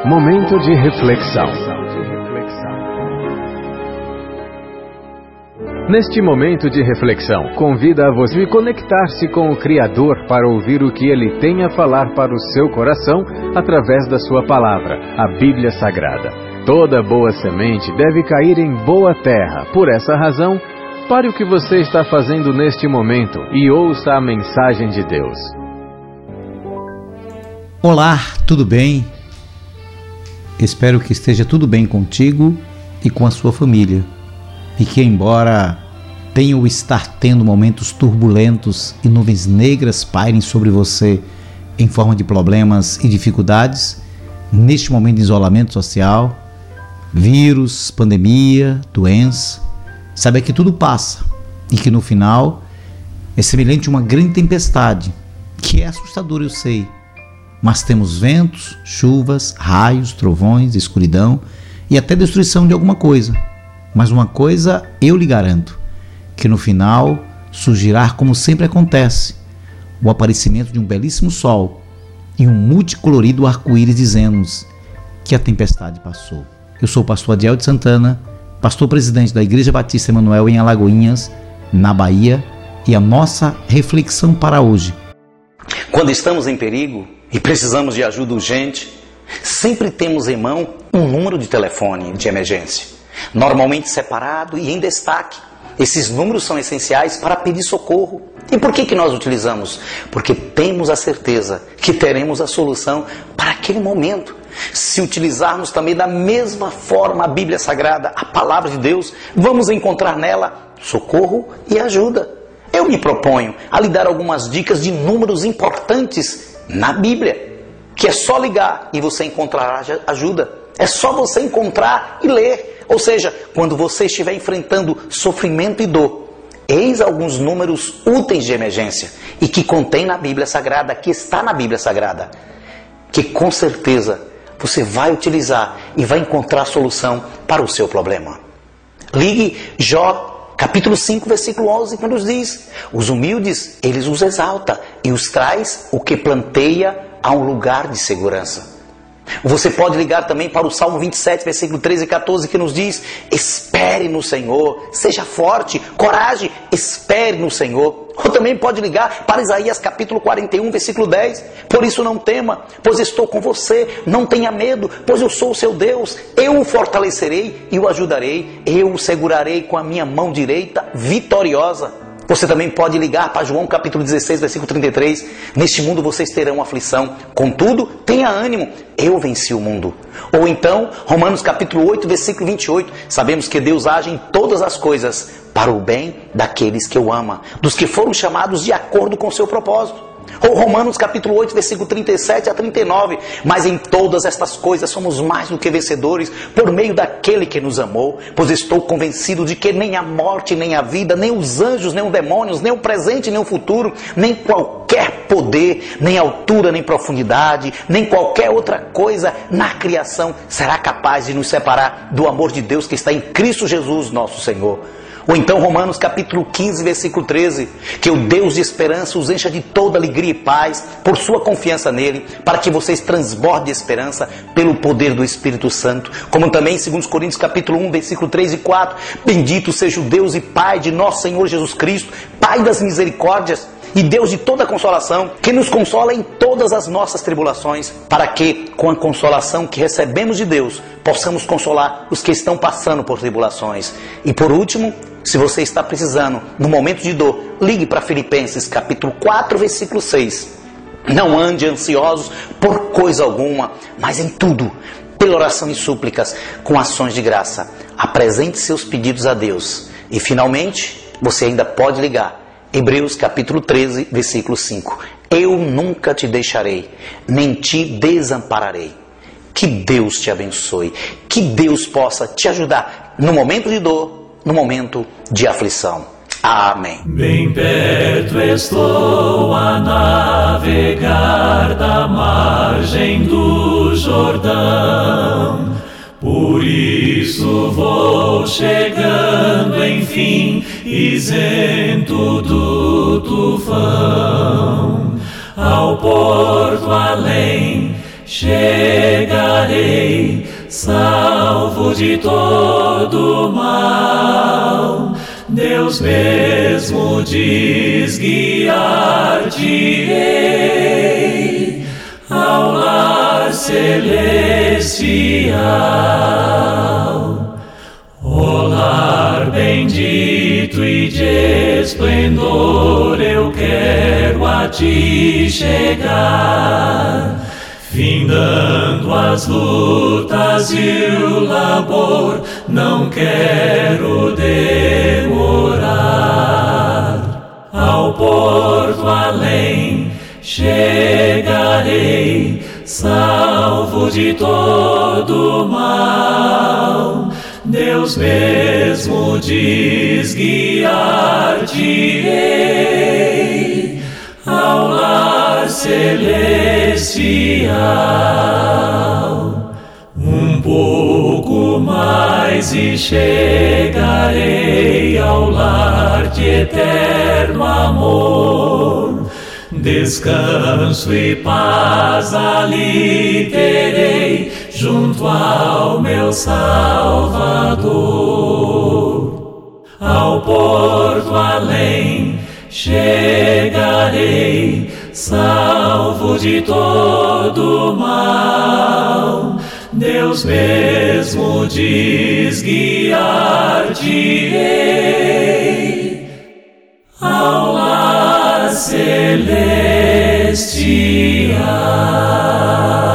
Momento de reflexão. Neste momento de reflexão, convida a você a conectar-se com o Criador para ouvir o que Ele tem a falar para o seu coração através da sua palavra, a Bíblia Sagrada. Toda boa semente deve cair em boa terra. Por essa razão, pare o que você está fazendo neste momento e ouça a mensagem de Deus. Olá, tudo bem? Espero que esteja tudo bem contigo e com a sua família. E que, embora tenha ou estar tendo momentos turbulentos e nuvens negras pairem sobre você em forma de problemas e dificuldades, neste momento de isolamento social, vírus, pandemia, doença, saiba que tudo passa e que no final é semelhante a uma grande tempestade, que é assustadora, eu sei, mas temos ventos, chuvas, raios, trovões, escuridão e até destruição de alguma coisa. Mas uma coisa eu lhe garanto, que no final surgirá, como sempre acontece, o aparecimento de um belíssimo sol e um multicolorido arco-íris dizendo-nos que a tempestade passou. Eu sou o pastor Adiel de Santana, pastor presidente da Igreja Batista Emanuel em Alagoinhas, na Bahia, e a nossa reflexão para hoje. Quando estamos em perigo e precisamos de ajuda urgente, sempre temos em mão um número de telefone de emergência, normalmente separado e em destaque. Esses números são essenciais para pedir socorro. E por que nós utilizamos? Porque temos a certeza que teremos a solução para aquele momento. Se utilizarmos também da mesma forma a Bíblia Sagrada, a Palavra de Deus, vamos encontrar nela socorro e ajuda. Eu me proponho a lhe dar algumas dicas de números importantes na Bíblia, que é só ligar e você encontrará ajuda. É só você encontrar e ler. Ou seja, quando você estiver enfrentando sofrimento e dor, eis alguns números úteis de emergência e que contém na Bíblia Sagrada, que está na Bíblia Sagrada, que com certeza você vai utilizar e vai encontrar solução para o seu problema. Ligue Jó, capítulo 5, versículo 11, que nos diz: os humildes, eles os exalta e os traz o que planteia a um lugar de segurança. Você pode ligar também para o Salmo 27, versículo 13 e 14, que nos diz: espere no Senhor, seja forte, coragem, espere no Senhor. Ou também pode ligar para Isaías capítulo 41, versículo 10. Por isso não tema, pois estou com você, não tenha medo, pois eu sou o seu Deus. Eu o fortalecerei e o ajudarei, eu o segurarei com a minha mão direita vitoriosa. Você também pode ligar para João capítulo 16, versículo 33. Neste mundo vocês terão aflição, contudo, tenha ânimo, eu venci o mundo. Ou então, Romanos capítulo 8, versículo 28. Sabemos que Deus age em todas as coisas para o bem daqueles que o ama, dos que foram chamados de acordo com o seu propósito. Ou Romanos capítulo 8, versículo 37 a 39. Mas em todas estas coisas somos mais do que vencedores por meio daquele que nos amou. Pois estou convencido de que nem a morte, nem a vida, nem os anjos, nem os demônios, nem o presente, nem o futuro, nem qualquer poder, nem altura, nem profundidade, nem qualquer outra coisa na criação será capaz de nos separar do amor de Deus que está em Cristo Jesus, nosso Senhor. Ou então Romanos capítulo 15, versículo 13, que o Deus de esperança os encha de toda alegria e paz por sua confiança nele, para que vocês transbordem de esperança pelo poder do Espírito Santo. Como também em 2 Coríntios capítulo 1, versículo 3 e 4, bendito seja o Deus e Pai de nosso Senhor Jesus Cristo, Pai das misericórdias e Deus de toda consolação, que nos consola em todas as nossas tribulações, para que, com a consolação que recebemos de Deus, possamos consolar os que estão passando por tribulações. E por último, se você está precisando, no momento de dor, ligue para Filipenses capítulo 4, versículo 6. Não ande ansiosos por coisa alguma, mas em tudo, pela oração e súplicas, com ações de graça, apresente seus pedidos a Deus. E finalmente, você ainda pode ligar Hebreus capítulo 13, versículo 5. Eu nunca te deixarei, nem te desampararei. Que Deus te abençoe, que Deus possa te ajudar no momento de dor, no momento de aflição. Amém. Bem perto estou a navegar da margem do Jordão. Por isso vou chegando, enfim, isento do tufão, ao porto além chegarei, salvo de todo mal. Deus mesmo diz: guiar-te-ei ao lar celestial. O lar bendito e de esplendor, eu quero a ti chegar, findando as lutas e o labor, não quero demorar. Ao porto além chegarei, salvo de todo mal. Deus mesmo diz: guiar-te-ei ao lar celestial. Um pouco mais e chegarei ao lar de eterno amor. Descanso e paz ali terei, junto ao meu Salvador. Ao porto além chegarei, salvo de todo mal. Deus mesmo diz: guiar-te-ei ao lar celestial.